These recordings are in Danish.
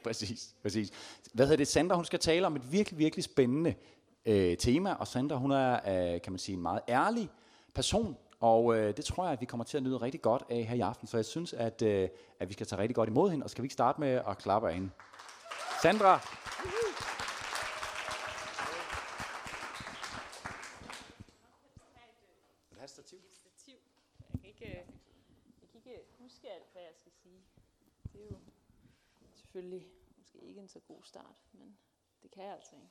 præcis. Hvad hedder det? Sandra, hun skal tale om et virkelig, virkelig spændende tema, og Sandra, hun er, kan man sige, en meget ærlig person, og det tror jeg, at vi kommer til at nyde rigtig godt af her i aften, så jeg synes, at vi skal tage rigtig godt imod hende, og skal vi ikke starte med at klappe af hende? Sandra! Stativ. Jeg kan ikke huske alt, hvad jeg skal sige. Det er jo selvfølgelig måske ikke en så god start, men det kan jeg altså ikke.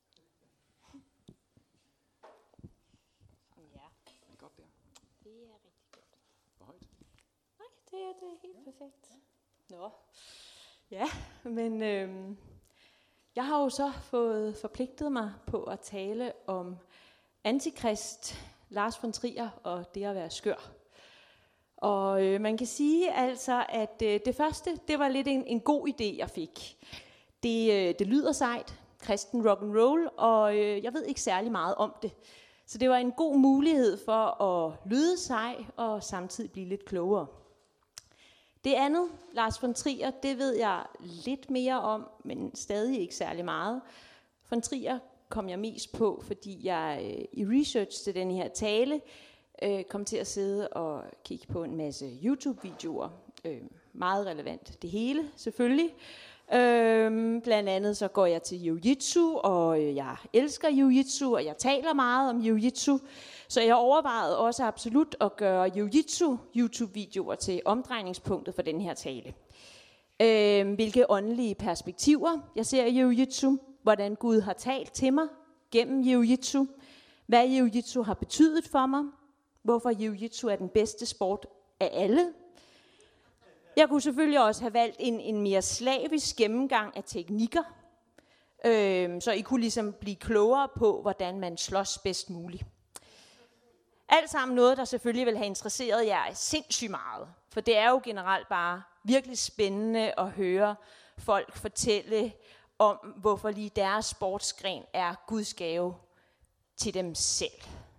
Ja. Er det godt der? Det er rigtig godt. Hvor højt? Nej, det er helt perfekt. Nå. Ja, men jeg har jo så fået forpligtet mig på at tale om Antikrist, Lars von Trier og det at være skør. Og man kan sige altså, at det første, det var lidt en god idé, jeg fik. Det lyder sejt, kristen rock and roll, og jeg ved ikke særlig meget om det. Så det var en god mulighed for at lyde sej og samtidig blive lidt klogere. Det andet, Lars von Trier, det ved jeg lidt mere om, men stadig ikke særlig meget. Von Trier kom jeg mest på, fordi jeg i research til den her tale kom til at sidde og kigge på en masse YouTube-videoer. Meget relevant det hele, selvfølgelig. Blandt andet så går jeg til jiu-jitsu, og jeg elsker jiu-jitsu, og jeg taler meget om jiu-jitsu. Så jeg overvejede også absolut at gøre jiu-jitsu YouTube-videoer til omdrejningspunktet for den her tale. Hvilke åndelige perspektiver jeg ser i jiu-jitsu, hvordan Gud har talt til mig gennem jiu-jitsu, hvad jiu-jitsu har betydet for mig, hvorfor jiu-jitsu er den bedste sport af alle. Jeg kunne selvfølgelig også have valgt en mere slavisk gennemgang af teknikker, så I kunne ligesom blive klogere på, hvordan man slås bedst muligt. Alt sammen noget, der selvfølgelig vil have interesseret jer sindssygt meget, for det er jo generelt bare virkelig spændende at høre folk fortælle om, hvorfor lige deres sportsgren er Guds gave til dem selv.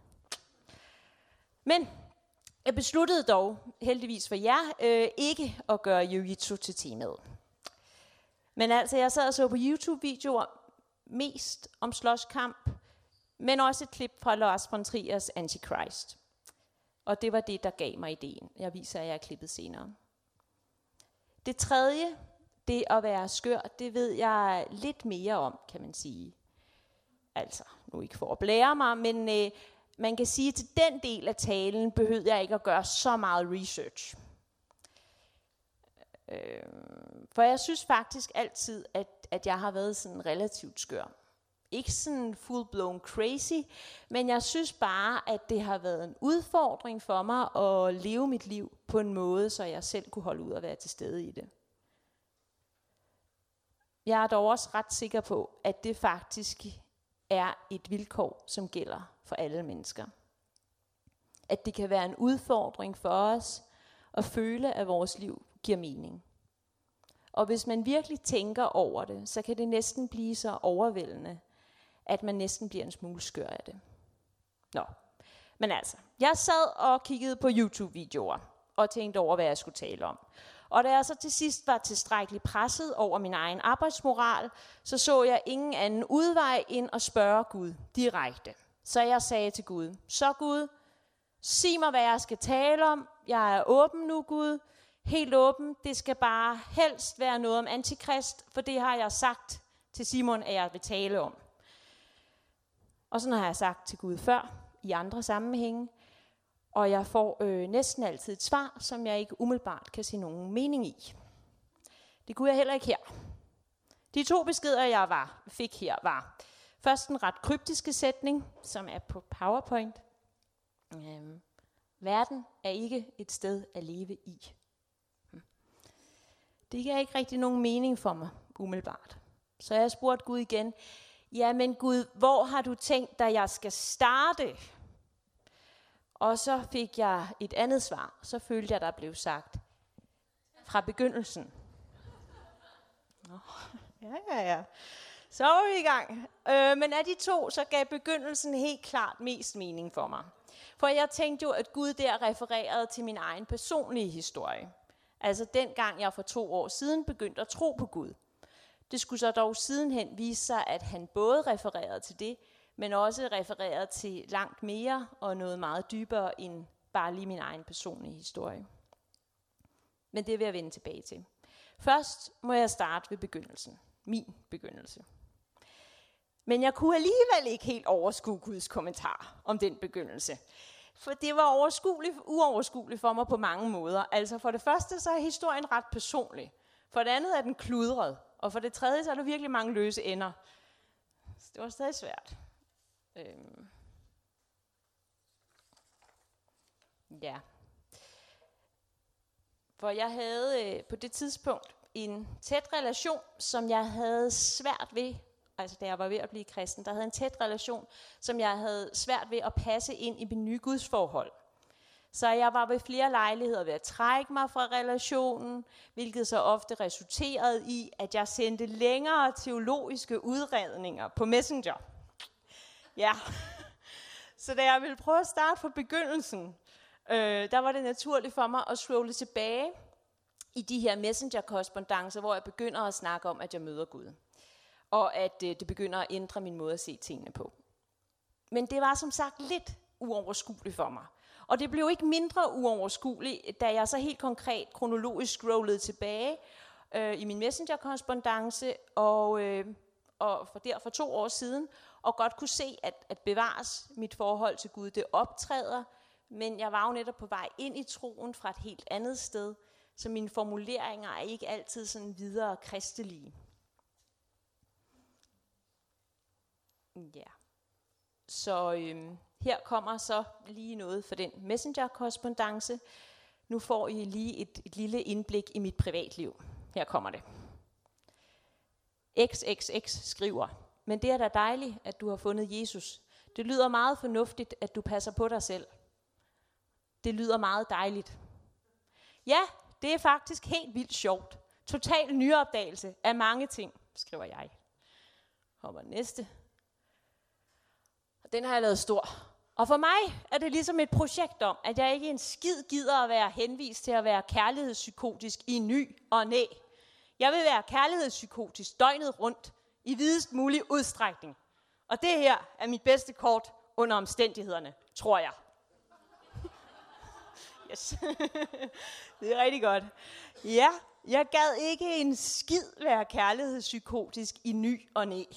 Men jeg besluttede dog, heldigvis for jer, ikke at gøre jiu-jitsu til temaet. Men altså, jeg sad og så på YouTube-videoer mest om slåskamp, men også et klip fra Lars von Triers Antichrist. Og det var det, der gav mig ideen. Jeg viser jer klippet senere. Det tredje, det at være skør, det ved jeg lidt mere om, kan man sige. Altså, nu ikke for at blære mig, men man kan sige, at til den del af talen behøvede jeg ikke at gøre så meget research. For jeg synes faktisk altid, at jeg har været sådan relativt skør. Ikke sådan full-blown crazy, men jeg synes bare, at det har været en udfordring for mig at leve mit liv på en måde, så jeg selv kunne holde ud og være til stede i det. Jeg er dog også ret sikker på, at det faktisk er et vilkår, som gælder for alle mennesker. At det kan være en udfordring for os at føle, at vores liv giver mening. Og hvis man virkelig tænker over det, så kan det næsten blive så overvældende, at man næsten bliver en smule skør af det. Nå, men altså, jeg sad og kiggede på YouTube-videoer og tænkte over, hvad jeg skulle tale om. Og da jeg så til sidst var tilstrækkeligt presset over min egen arbejdsmoral, så jeg ingen anden udvej end at spørge Gud direkte. Så jeg sagde til Gud, så Gud, sig mig, hvad jeg skal tale om. Jeg er åben nu, Gud. Helt åben. Det skal bare helst være noget om Antikrist, for det har jeg sagt til Simon, at jeg vil tale om. Og sådan har jeg sagt til Gud før, i andre sammenhænge. Og jeg får næsten altid et svar, som jeg ikke umiddelbart kan se nogen mening i. Det kunne jeg heller ikke her. De 2 beskeder, jeg fik her, var først en ret kryptiske sætning, som er på PowerPoint. Verden er ikke et sted at leve i. Det gav ikke rigtig nogen mening for mig, umiddelbart. Så jeg spurgte Gud igen, jamen Gud, hvor har du tænkt dig, jeg skal starte? Og så fik jeg et andet svar. Så følte jeg, der blev sagt, fra begyndelsen. Nå, ja. Så var vi i gang. Men af de 2, så gav begyndelsen helt klart mest mening for mig. For jeg tænkte jo, at Gud der refererede til min egen personlige historie. Altså dengang jeg for 2 år siden begyndte at tro på Gud. Det skulle så dog sidenhen vise sig, at han både refererede til det, men også refererede til langt mere og noget meget dybere end bare lige min egen personlige historie. Men det vil jeg vende tilbage til. Først må jeg starte ved begyndelsen. Min begyndelse. Men jeg kunne alligevel ikke helt overskue Guds kommentar om den begyndelse. For det var uoverskueligt for mig på mange måder. Altså for det første så er historien ret personlig. For det andet er den kludret. Og for det tredje så er der virkelig mange løse ender. Så det var stadig svært. Ja. For jeg havde på det tidspunkt en tæt relation, som jeg havde svært ved, altså da jeg var ved at blive kristen, der havde en tæt relation, som jeg havde svært ved at passe ind i mit nye gudsforhold. Så jeg var ved flere lejligheder ved at trække mig fra relationen, hvilket så ofte resulterede i, at jeg sendte længere teologiske udredninger på Messenger. Ja, så da jeg ville prøve at starte fra begyndelsen, der var det naturligt for mig at scrolle tilbage i de her messenger-korrespondancer, hvor jeg begynder at snakke om, at jeg møder Gud. Og at det begynder at ændre min måde at se tingene på. Men det var som sagt lidt uoverskueligt for mig. Og det blev ikke mindre uoverskueligt, da jeg så helt konkret kronologisk scrollede tilbage i min messenger-korrespondance og for 2 år siden, og godt kunne se, at bevares mit forhold til Gud, det optræder, men jeg var jo netop på vej ind i troen fra et helt andet sted, så mine formuleringer er ikke altid sådan videre kristelige. Ja. Så her kommer så lige noget for den messenger-korrespondance. Nu får I lige et lille indblik i mit privatliv. Her kommer det. XXX skriver, men det er da dejligt, at du har fundet Jesus. Det lyder meget fornuftigt, at du passer på dig selv. Det lyder meget dejligt. Ja, det er faktisk helt vildt sjovt. Total nyopdagelse af mange ting, skriver jeg. Hopper næste. Den har jeg lavet stor. Og for mig er det ligesom et projekt om, at jeg ikke en skid gider at være henvist til at være kærlighedspsykotisk i ny og næ. Jeg vil være kærlighedspsykotisk døgnet rundt i videst mulig udstrækning. Og det her er mit bedste kort under omstændighederne, tror jeg. Yes. Det er rigtig godt. Ja, jeg gad ikke en skid være kærlighedspsykotisk i ny og næ.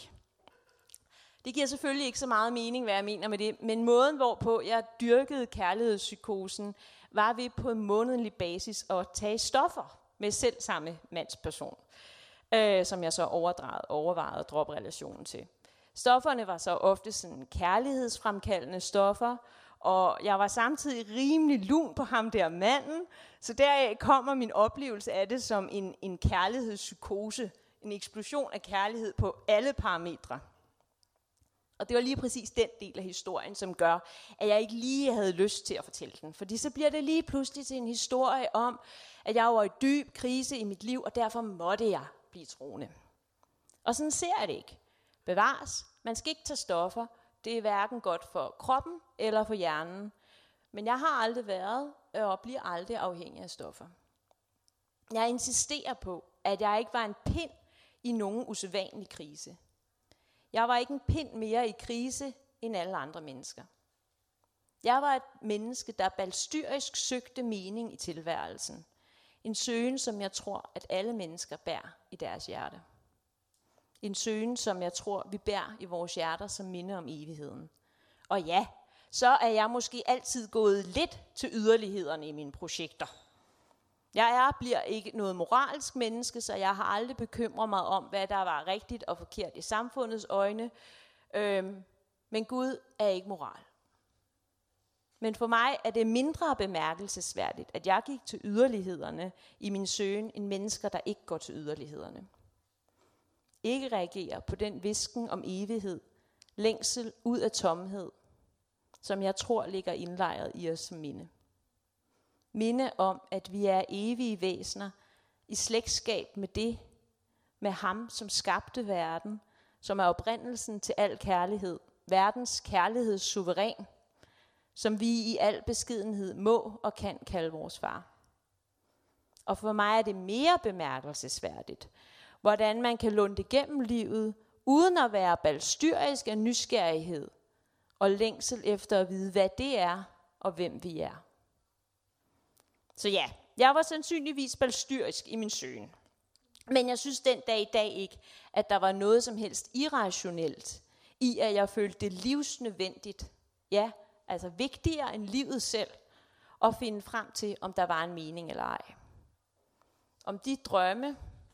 Det giver selvfølgelig ikke så meget mening, hvad jeg mener med det, men måden, hvorpå jeg dyrkede kærlighedspsykosen, var ved på en månedlig basis at tage stoffer med selv samme mandsperson, som jeg så overvejede at droppe relationen til. Stofferne var så ofte sådan kærlighedsfremkaldende stoffer, og jeg var samtidig rimelig lun på ham der manden, så deraf kommer min oplevelse af det som en kærlighedspsykose, en eksplosion af kærlighed på alle parametre. Og det var lige præcis den del af historien, som gør, at jeg ikke lige havde lyst til at fortælle den. Fordi så bliver det lige pludselig til en historie om, at jeg var i dyb krise i mit liv, og derfor måtte jeg blive troende. Og sådan ser jeg det ikke. Bevares, man skal ikke tage stoffer. Det er hverken godt for kroppen eller for hjernen. Men jeg har aldrig været og bliver aldrig afhængig af stoffer. Jeg insisterer på, at jeg ikke var en pind i nogen usædvanlig krise. Jeg var ikke en pind mere i krise end alle andre mennesker. Jeg var et menneske, der balstyrisk søgte mening i tilværelsen. En søgen, som jeg tror, at alle mennesker bærer i deres hjerte. En søgen, som jeg tror, vi bærer i vores hjerter som minde om evigheden. Og ja, så er jeg måske altid gået lidt til yderlighederne i mine projekter. Bliver ikke noget moralsk menneske, så jeg har aldrig bekymret mig om, hvad der var rigtigt og forkert i samfundets øjne. Men Gud er ikke moral. Men for mig er det mindre bemærkelsesværdigt, at jeg gik til yderlighederne i min søgen, end mennesker, der ikke går til yderlighederne. Ikke reagerer på den hvisken om evighed, længsel ud af tomhed, som jeg tror ligger indlejret i os som minde. Minde om, at vi er evige væsener i slægtskab med ham, som skabte verden, som er oprindelsen til al kærlighed, verdens kærlighedssuveræn, som vi i al beskedenhed må og kan kalde vores far. Og for mig er det mere bemærkelsesværdigt, Hvordan man kan lunde igennem livet, uden at være balstyrisk af nysgerrighed og længsel efter at vide, hvad det er og hvem vi er. Så ja, jeg var sandsynligvis balstyrisk i min søgen. Men jeg synes den dag i dag ikke, at der var noget som helst irrationelt i, at jeg følte det livsnødvendigt, ja, altså vigtigere end livet selv, at finde frem til, om der var en mening eller ej. Om de drømme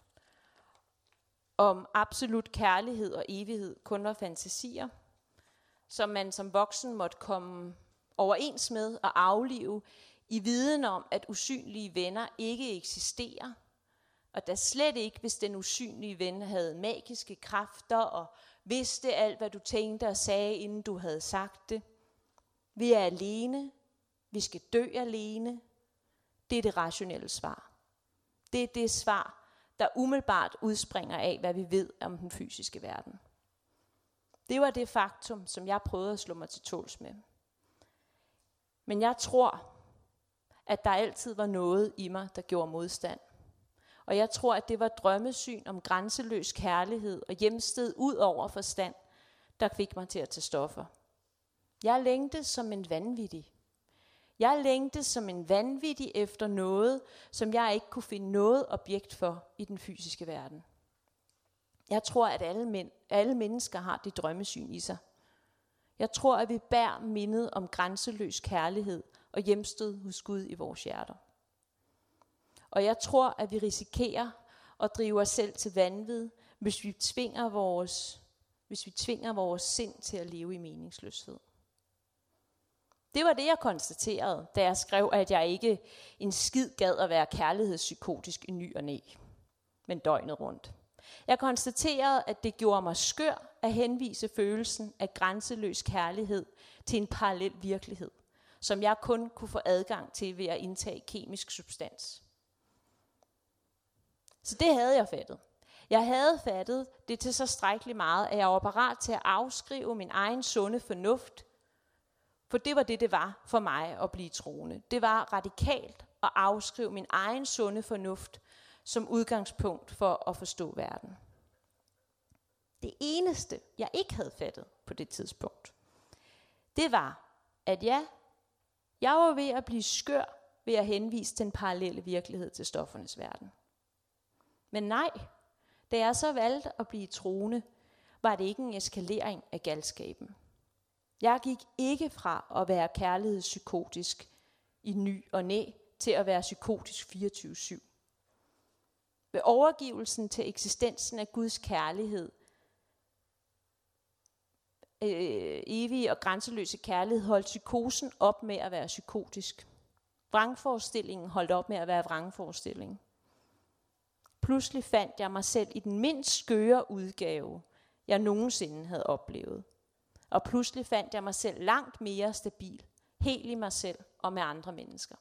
om absolut kærlighed og evighed kun var fantasier, som man som voksen måtte komme overens med og aflive i viden om, at usynlige venner ikke eksisterer, og da slet ikke, hvis den usynlige ven havde magiske kræfter og vidste alt, hvad du tænkte og sagde, inden du havde sagt det. Vi er alene. Vi skal dø alene. Det er det rationelle svar. Det er det svar, der umiddelbart udspringer af, hvad vi ved om den fysiske verden. Det var det faktum, som jeg prøvede at slå mig til tåls med. Men jeg tror, at der altid var noget i mig, der gjorde modstand. Og jeg tror, at det var drømmesyn om grænseløs kærlighed og hjemsted ud over forstand, der fik mig til at tage stoffer. Jeg længtes som en vanvittig. Jeg længtes som en vanvittig efter noget, som jeg ikke kunne finde noget objekt for i den fysiske verden. Jeg tror, at alle mennesker har det drømmesyn i sig. Jeg tror, at vi bærer mindet om grænseløs kærlighed og hjemsted hos Gud i vores hjerter. Og jeg tror, at vi risikerer at drive os selv til vanvid, hvis vi tvinger vores sind til at leve i meningsløshed. Det var det, jeg konstaterede, da jeg skrev, at jeg ikke en skid gad at være kærlighedspsykotisk i ny og næ, men døgnet rundt. Jeg konstaterede, at det gjorde mig skør at henvise følelsen af grænseløs kærlighed til en parallel virkelighed, som jeg kun kunne få adgang til ved at indtage kemisk substans. Så det havde jeg fattet. Jeg havde fattet det til så strækkeligt meget, at jeg var parat til at afskrive min egen sunde fornuft, for det var det var for mig at blive troende. Det var radikalt at afskrive min egen sunde fornuft som udgangspunkt for at forstå verden. Det eneste, jeg ikke havde fattet på det tidspunkt, det var, at ja, jeg var ved at blive skør ved at henvise den parallelle virkelighed til stoffernes verden. Men nej, da jeg så valgte at blive troende, var det ikke en eskalering af galskaben. Jeg gik ikke fra at være kærlighedspsykotisk i ny og næ til at være psykotisk 24/7. Ved overgivelsen til eksistensen af Guds kærlighed, evige og grænseløse kærlighed, holdt psykosen op med at være psykotisk. Vrangforestillingen holdt op med at være vrangforestilling. Pludselig fandt jeg mig selv i den mindst skøre udgave, jeg nogensinde havde oplevet. Og pludselig fandt jeg mig selv langt mere stabil, helt i mig selv og med andre mennesker.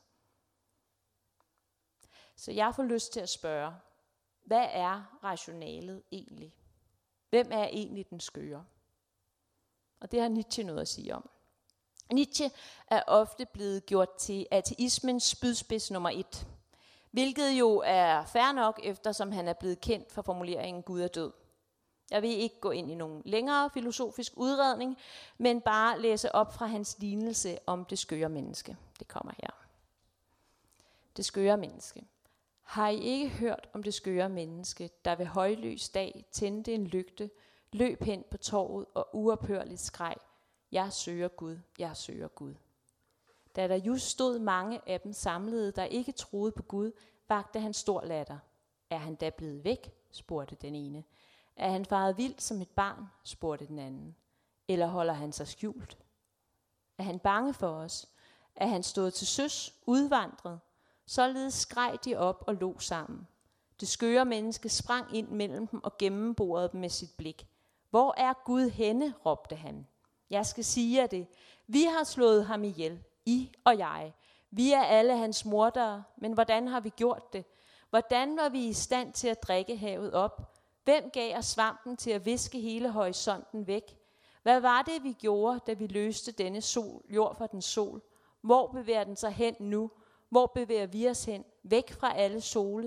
Så jeg får lyst til at spørge, hvad er rationalet egentlig? Hvem er egentlig den skøre? Og det har Nietzsche noget at sige om. Nietzsche er ofte blevet gjort til ateismens spydspids nummer 1, hvilket jo er fair nok, eftersom han er blevet kendt for formuleringen Gud er død. Jeg vil ikke gå ind i nogen længere filosofisk udredning, men bare læse op fra hans lignelse om det skøre menneske. Det kommer her. Det skøre menneske. Har I ikke hørt om det skøre menneske, der ved højlys dag tændte en lygte, løb hen på torvet og uophørligt skreg, jeg søger Gud, jeg søger Gud. Da der just stod mange af dem samlede, der ikke troede på Gud, vakte han stor latter. Er han da blevet væk? Spurgte den ene. Er han faret vild som et barn? Spurgte den anden. Eller holder han sig skjult? Er han bange for os? Er han stået til søs, udvandret? Således skreg de op og lå sammen. Det skøre menneske sprang ind mellem dem og gennemborede dem med sit blik. Hvor er Gud henne? Råbte han. Jeg skal sige jer det. Vi har slået ham ihjel. I og jeg. Vi er alle hans mordere, men hvordan har vi gjort det? Hvordan var vi i stand til at drikke havet op? Hvem gav os svampen til at viske hele horisonten væk? Hvad var det, vi gjorde, da vi løste denne jord fra den sol? Hvor bevæger den sig hen nu? Hvor bevæger vi os hen? Væk fra alle sole?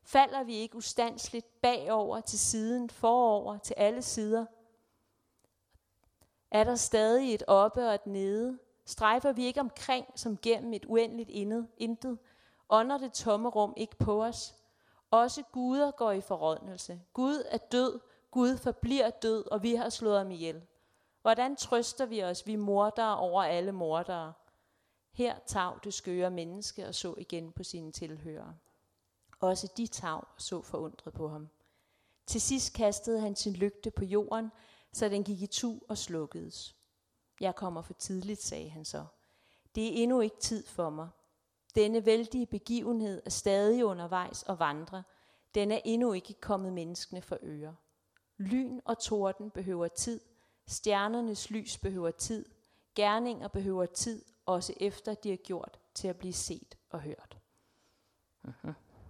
Falder vi ikke ustandsligt bagover, til siden, forover, til alle sider? Er der stadig et oppe og et nede? Strejfer vi ikke omkring som gennem et uendeligt intet? Ånder det tomme rum ikke på os? Også guder går i forrådnelse. Gud er død, Gud forbliver død, og vi har slået ham ihjel. Hvordan trøster vi os, vi mordere over alle mordere? Her tav det skøre menneske og så igen på sine tilhørere. Også de tav og så forundret på ham. Til sidst kastede han sin lygte på jorden, så den gik itu og slukkedes. Jeg kommer for tidligt, sagde han så. Det er endnu ikke tid for mig. Denne vældige begivenhed er stadig undervejs og vandrer. Den er endnu ikke kommet menneskene for øre. Lyn og torden behøver tid. Stjernernes lys behøver tid. Gerninger behøver tid, også efter de er gjort til at blive set og hørt. Uh-huh.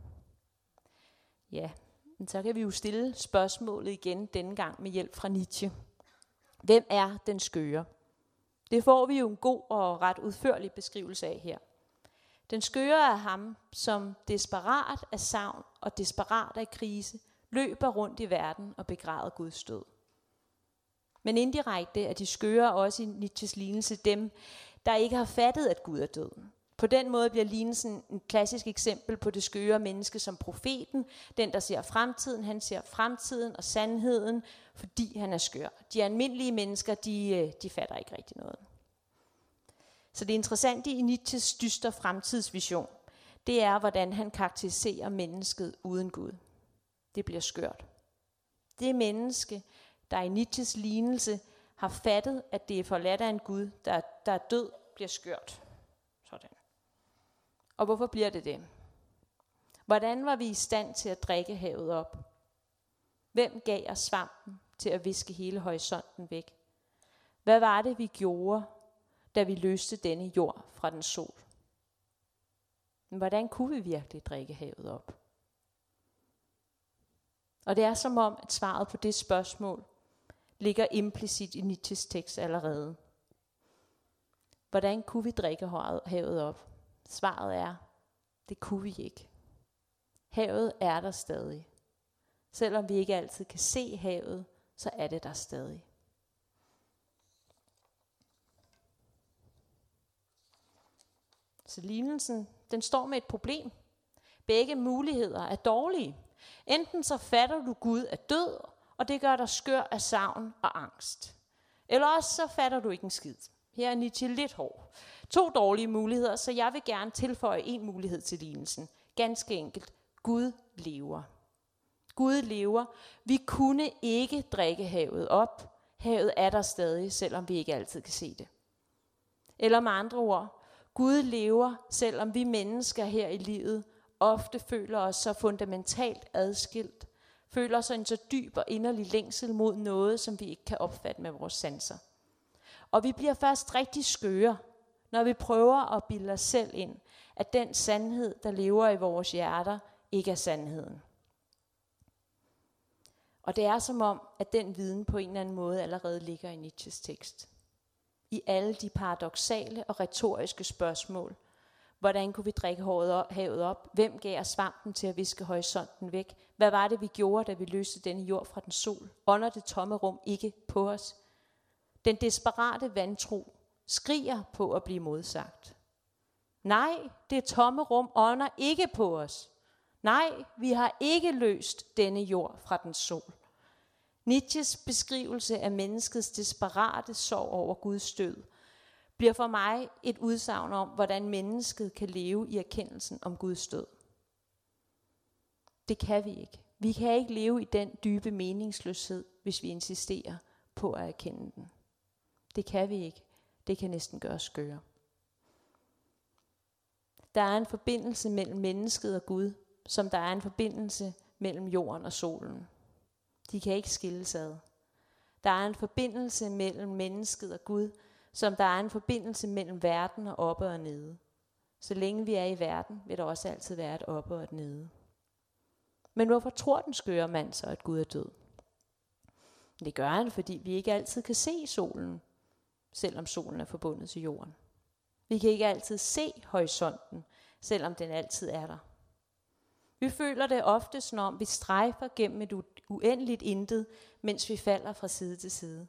Ja, men så kan vi jo stille spørgsmålet igen denne gang med hjælp fra Nietzsche. Hvem er den skøre? Det får vi jo en god og ret udførlig beskrivelse af her. Den skøre er ham, som desperat af savn og desperat af krise, løber rundt i verden og begræder Guds død. Men indirekte er de skøre også i Nietzsches lignelse dem, der ikke har fattet, at Gud er død. På den måde bliver lignelsen en klassisk eksempel på det skøre menneske som profeten, den der ser fremtiden. Han ser fremtiden og sandheden, fordi han er skør. De almindelige mennesker, de fatter ikke rigtig noget. Så det interessante i Nietzsches dystre fremtidsvision, det er, hvordan han karakteriserer mennesket uden Gud. Det bliver skørt. Det menneske, der i Nietzsches lignelse har fattet, at det er forladt af en Gud, der er død, bliver skørt. Sådan. Og hvorfor bliver det det? Hvordan var vi i stand til at drikke havet op? Hvem gav os svampen til at viske hele horisonten væk? Hvad var det, vi gjorde, da vi løste denne jord fra den sol? Men hvordan kunne vi virkelig drikke havet op? Og det er som om, at svaret på det spørgsmål ligger implicit i Nietzsches tekst allerede. Hvordan kunne vi drikke havet op? Svaret er, det kunne vi ikke. Havet er der stadig. Selvom vi ikke altid kan se havet, så er det der stadig. Så lignelsen, den står med et problem. Begge muligheder er dårlige. Enten så fatter du Gud er død, og det gør dig skør af savn og angst. Eller også så fatter du ikke en skid. Her er Nietzsche lidt hård. 2 dårlige muligheder, så jeg vil gerne tilføje en mulighed til lignelsen. Ganske enkelt. Gud lever. Gud lever. Vi kunne ikke drikke havet op. Havet er der stadig, selvom vi ikke altid kan se det. Eller med andre ord, Gud lever, selvom vi mennesker her i livet ofte føler os så fundamentalt adskilt, føler os en så dyb og inderlig længsel mod noget, som vi ikke kan opfatte med vores sanser. Og vi bliver først rigtig skøre, når vi prøver at bilde os selv ind, at den sandhed, der lever i vores hjerter, ikke er sandheden. Og det er som om, at den viden på en eller anden måde allerede ligger i Nietzsches tekst. I alle de paradoksale og retoriske spørgsmål. Hvordan kunne vi drikke havet op? Hvem gav os svampen til at viske horisonten væk? Hvad var det, vi gjorde, da vi løste denne jord fra den sol? Ånder det tomme rum ikke på os? Den desperate vantro skriger på at blive modsagt. Nej, det tomme rum ånder ikke på os. Nej, vi har ikke løst denne jord fra den sol. Nietzsches beskrivelse af menneskets desperate sorg over Guds død bliver for mig et udsagn om, hvordan mennesket kan leve i erkendelsen om Guds død. Det kan vi ikke. Vi kan ikke leve i den dybe meningsløshed, hvis vi insisterer på at erkende den. Det kan vi ikke. Det kan næsten gøre os skøre. Der er en forbindelse mellem mennesket og Gud, som der er en forbindelse mellem jorden og solen. De kan ikke skilles ad. Der er en forbindelse mellem mennesket og Gud, som der er en forbindelse mellem verden og oppe og nede. Så længe vi er i verden, vil der også altid være et oppe og et nede. Men hvorfor tror den skøre mand så, at Gud er død? Det gør han, fordi vi ikke altid kan se solen, selvom solen er forbundet til jorden. Vi kan ikke altid se horisonten, selvom den altid er der. Vi føler det ofte, som om vi strejfer gennem et uendeligt intet, mens vi falder fra side til side.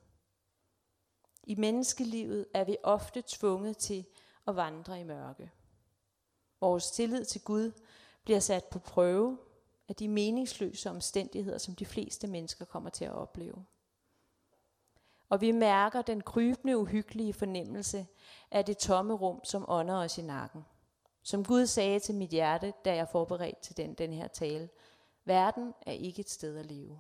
I menneskelivet er vi ofte tvunget til at vandre i mørke. Vores tillid til Gud bliver sat på prøve af de meningsløse omstændigheder, som de fleste mennesker kommer til at opleve. Og vi mærker den krybende, uhyggelige fornemmelse af det tomme rum, som ånder os i nakken. Som Gud sagde til mit hjerte, da jeg forberedte til den her tale: verden er ikke et sted at leve.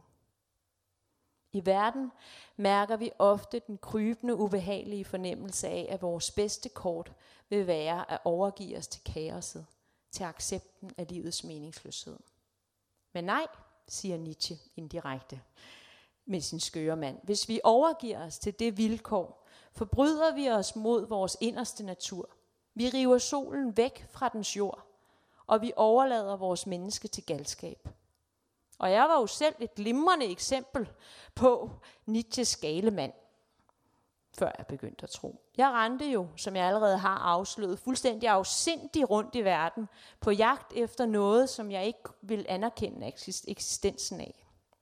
I verden mærker vi ofte den krybende, ubehagelige fornemmelse af, at vores bedste kort vil være at overgive os til kaoset, til accepten af livets meningsløshed. Men nej, siger Nietzsche indirekte med sin skøre mand. Hvis vi overgiver os til det vilkår, forbryder vi os mod vores inderste natur. Vi river solen væk fra dens jord, og vi overlader vores menneske til galskab. Og jeg var jo selv et glimrende eksempel på Nietzsches gale mand, før jeg begyndte at tro. Jeg rendte jo, som jeg allerede har afsløret, fuldstændig afsindig rundt i verden, på jagt efter noget, som jeg ikke vil anerkende eksistensen af.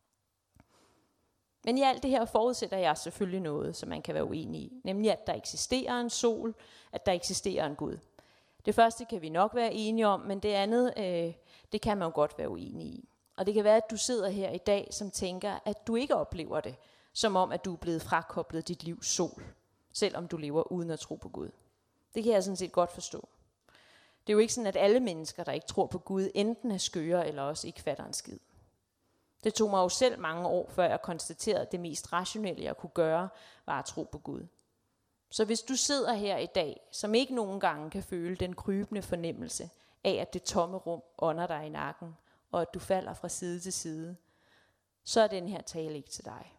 Men i alt det her forudsætter jeg selvfølgelig noget, som man kan være uenig i. Nemlig, at der eksisterer en sol, at der eksisterer en Gud. Det første kan vi nok være enige om, men det andet, det kan man jo godt være uenig i. Og det kan være, at du sidder her i dag, som tænker, at du ikke oplever det, som om, at du er blevet frakoblet dit livs sol, selvom du lever uden at tro på Gud. Det kan jeg sådan set godt forstå. Det er jo ikke sådan, at alle mennesker, der ikke tror på Gud, enten er skøre eller også ikke fatter en skid. Det tog mig jo selv mange år, før jeg konstaterede, at det mest rationelle, jeg kunne gøre, var at tro på Gud. Så hvis du sidder her i dag, som ikke nogen gange kan føle den krybende fornemmelse af, at det tomme rum ånder dig i nakken, og at du falder fra side til side, så er den her tale ikke til dig.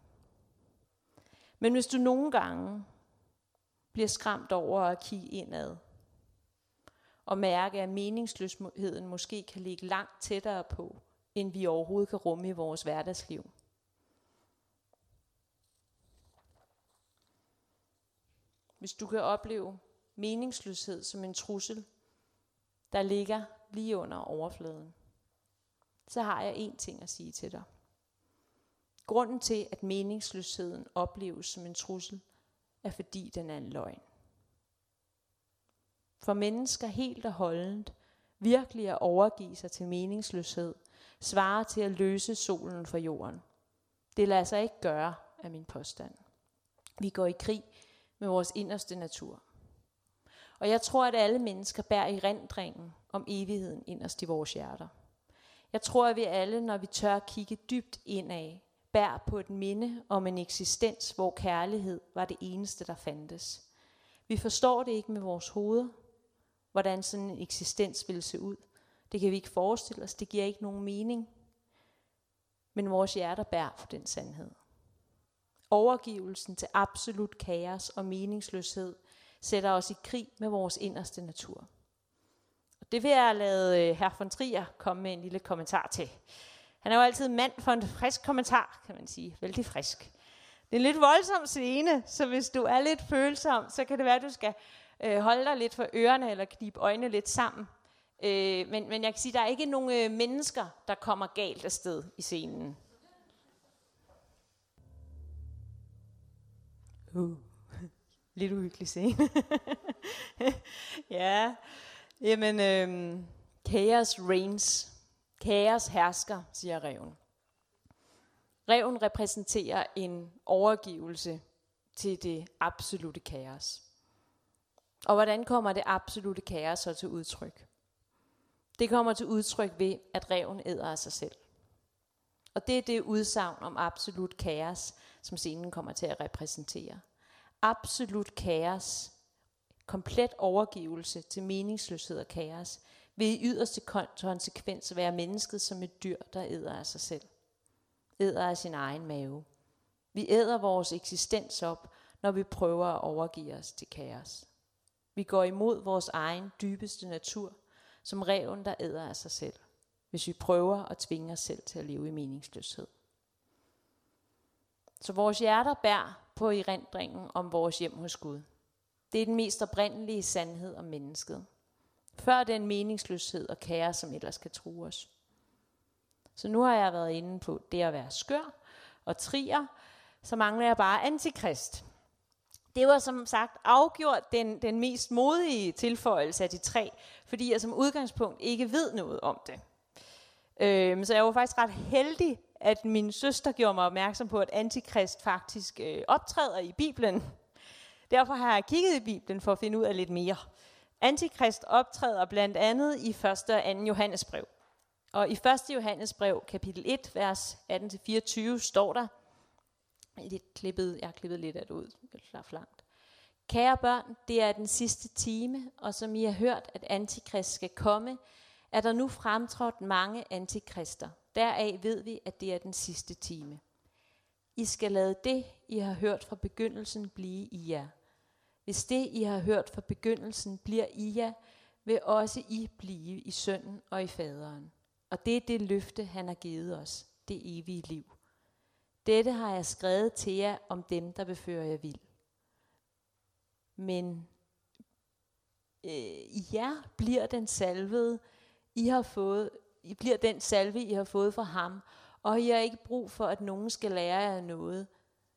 Men hvis du nogle gange bliver skræmt over at kigge indad, og mærke, at meningsløsheden måske kan ligge langt tættere på, end vi overhovedet kan rumme i vores hverdagsliv. Hvis du kan opleve meningsløshed som en trussel, der ligger lige under overfladen, så har jeg én ting at sige til dig. Grunden til, at meningsløsheden opleves som en trussel, er fordi den er en løgn. For mennesker helt og holdent virkelig at overgive sig til meningsløshed, svarer til at løse solen fra jorden. Det lader sig ikke gøre, er min påstand. Vi går i krig med vores inderste natur. Og jeg tror, at alle mennesker bærer erindringen om evigheden inderst i vores hjerter. Jeg tror, at vi alle, når vi tør kigge dybt indad, bærer på et minde om en eksistens, hvor kærlighed var det eneste, der fandtes. Vi forstår det ikke med vores hoveder, hvordan sådan en eksistens ville se ud. Det kan vi ikke forestille os, det giver ikke nogen mening. Men vores hjerter bærer på den sandhed. Overgivelsen til absolut kaos og meningsløshed sætter os i krig med vores inderste natur. Og det vil jeg lade hr. von Trier komme med en lille kommentar til. Han er jo altid mand for en frisk kommentar, kan man sige. Vældig frisk. Det er en lidt voldsom scene, så hvis du er lidt følsom, så kan det være, at du skal holde dig lidt for ørerne eller knibe øjnene lidt sammen. Men jeg kan sige, at der er ikke nogen mennesker, der kommer galt afsted i scenen. Lidt uhyggelig scene. Ja, jamen, chaos reigns. Kaos hersker, siger ræven. Ræven repræsenterer en overgivelse til det absolute kaos. Og hvordan kommer det absolute kaos så til udtryk? Det kommer til udtryk ved, at ræven æder af sig selv. Og det er det udsagn om absolut kaos, som scenen kommer til at repræsentere. Absolut kaos, komplet overgivelse til meningsløshed og kaos, vil i yderste konsekvens være mennesket som et dyr, der æder af sig selv. Æder af sin egen mave. Vi æder vores eksistens op, når vi prøver at overgive os til kaos. Vi går imod vores egen dybeste natur, som ræven, der æder af sig selv, hvis vi prøver at tvinge os selv til at leve i meningsløshed. Så vores hjerter bærer på erindringen om vores hjem hos Gud. Det er den mest oprindelige sandhed om mennesket. Før den meningsløshed og kaos, som ellers kan true os. Så nu har jeg været inde på det at være skør og trier, så mangler jeg bare antikrist. Det var som sagt afgjort den mest modige tilføjelse af de 3, fordi jeg som udgangspunkt ikke ved noget om det. Så jeg var faktisk ret heldig, at min søster gjorde mig opmærksom på, at antikrist faktisk optræder i Bibelen. Derfor har jeg kigget i Bibelen for at finde ud af lidt mere. Antikrist optræder blandt andet i 1. og 2. Johannesbrev. Og i 1. Johannesbrev, kapitel 1, vers 18-24, står der, jeg har klippet lidt af det ud, det er for langt. Kære børn, det er den sidste time, og som I har hørt, at antikrist skal komme, er der nu fremtrådt mange antikrister. Deraf ved vi, at det er den sidste time. I skal lade det, I har hørt fra begyndelsen, blive i jer. Hvis det, I har hørt fra begyndelsen, bliver i jer, vil også I blive i Sønnen og i Faderen. Og det er det løfte, han har givet os, det evige liv. Dette har jeg skrevet til jer om dem, der befører jer vild. Men i jer bliver den salve, I har fået fra ham, og I har ikke brug for, at nogen skal lære jer noget.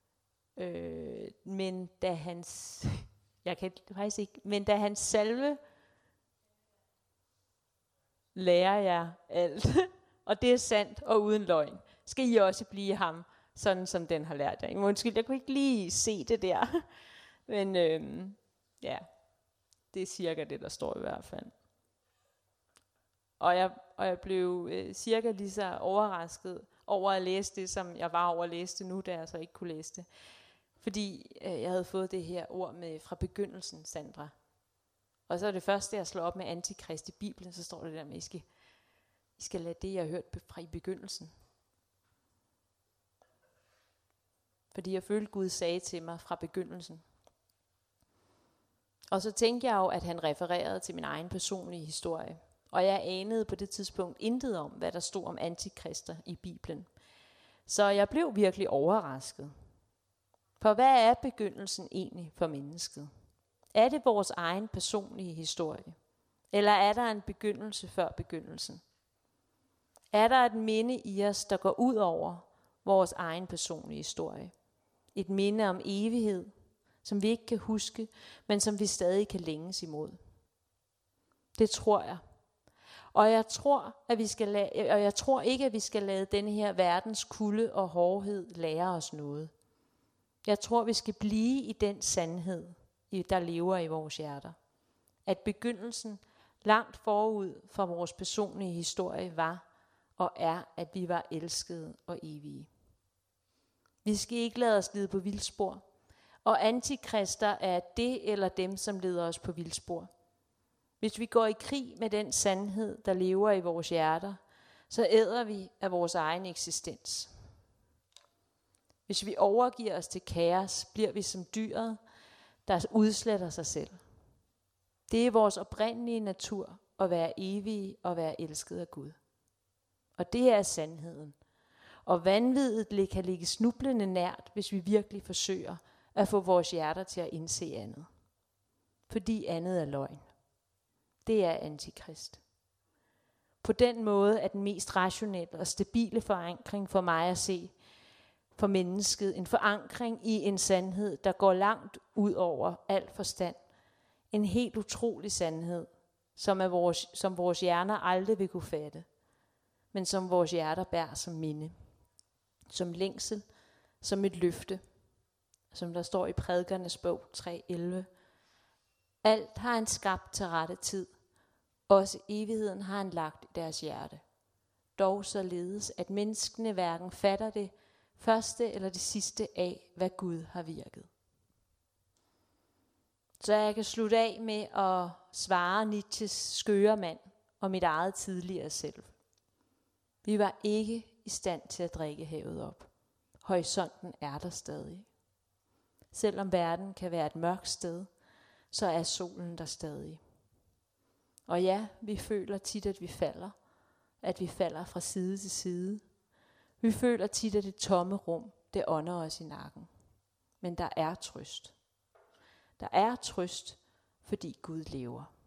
Men da hans salve lærer jer alt, og det er sandt og uden løgn, skal I også blive ham, sådan som den har lært jer. Undskyld, jeg kunne ikke lige se det der. Men ja, det er cirka det, der står i hvert fald. Og jeg blev cirka lige så overrasket over at læse det, som jeg var over at læse det nu, da jeg så ikke kunne læse det. Fordi jeg havde fået det her ord med fra begyndelsen, Sandra. Og så er det første, jeg slår op med antikrist i Bibelen, så står det der med, I skal lade det, jeg har hørt fra i begyndelsen. Fordi jeg følte, Gud sagde til mig fra begyndelsen. Og så tænkte jeg jo, at han refererede til min egen personlige historie. Og jeg anede på det tidspunkt intet om, hvad der stod om antikrister i Bibelen. Så jeg blev virkelig overrasket. For hvad er begyndelsen egentlig for mennesket? Er det vores egen personlige historie? Eller er der en begyndelse før begyndelsen? Er der et minde i os, der går ud over vores egen personlige historie? Et minde om evighed, som vi ikke kan huske, men som vi stadig kan længes imod. Det tror jeg. Og jeg tror ikke, at vi skal lade denne her verdens kulde og hårdhed lære os noget. Jeg tror, vi skal blive i den sandhed, der lever i vores hjerter. At begyndelsen langt forud for vores personlige historie var og er, at vi var elskede og evige. Vi skal ikke lade os lede på vildspor, og antikrister er det eller dem, som leder os på vildspor. Hvis vi går i krig med den sandhed, der lever i vores hjerter, så æder vi af vores egen eksistens. Hvis vi overgiver os til kaos, bliver vi som dyret, der udsletter sig selv. Det er vores oprindelige natur at være evige og være elsket af Gud. Og det er sandheden. Og vanviddet kan ligge snublende nært, hvis vi virkelig forsøger at få vores hjerter til at indse andet. Fordi andet er løgn. Det er antikrist. På den måde er den mest rationelle og stabile forankring for mig at se for mennesket en forankring i en sandhed, der går langt ud over al forstand. En helt utrolig sandhed, som vores hjerner aldrig vil kunne fatte, men som vores hjerter bærer som minde, som længsel, som et løfte, som der står i Prædikernes bog 3:11. Alt har han skabt til rette tid, også evigheden har han lagt i deres hjerte. Dog således, at menneskene hverken fatter det første eller det sidste af, hvad Gud har virket. Så jeg kan slutte af med at svare Nietzsches skøre mand og mit eget tidligere selv. Vi var ikke i stand til at drikke havet op. Horisonten er der stadig. Selvom verden kan være et mørkt sted, så er solen der stadig. Og ja, vi føler tit, at vi falder fra side til side. Vi føler tit, at det tomme rum, det ånder os i nakken. Men der er trøst. Der er trøst, fordi Gud lever.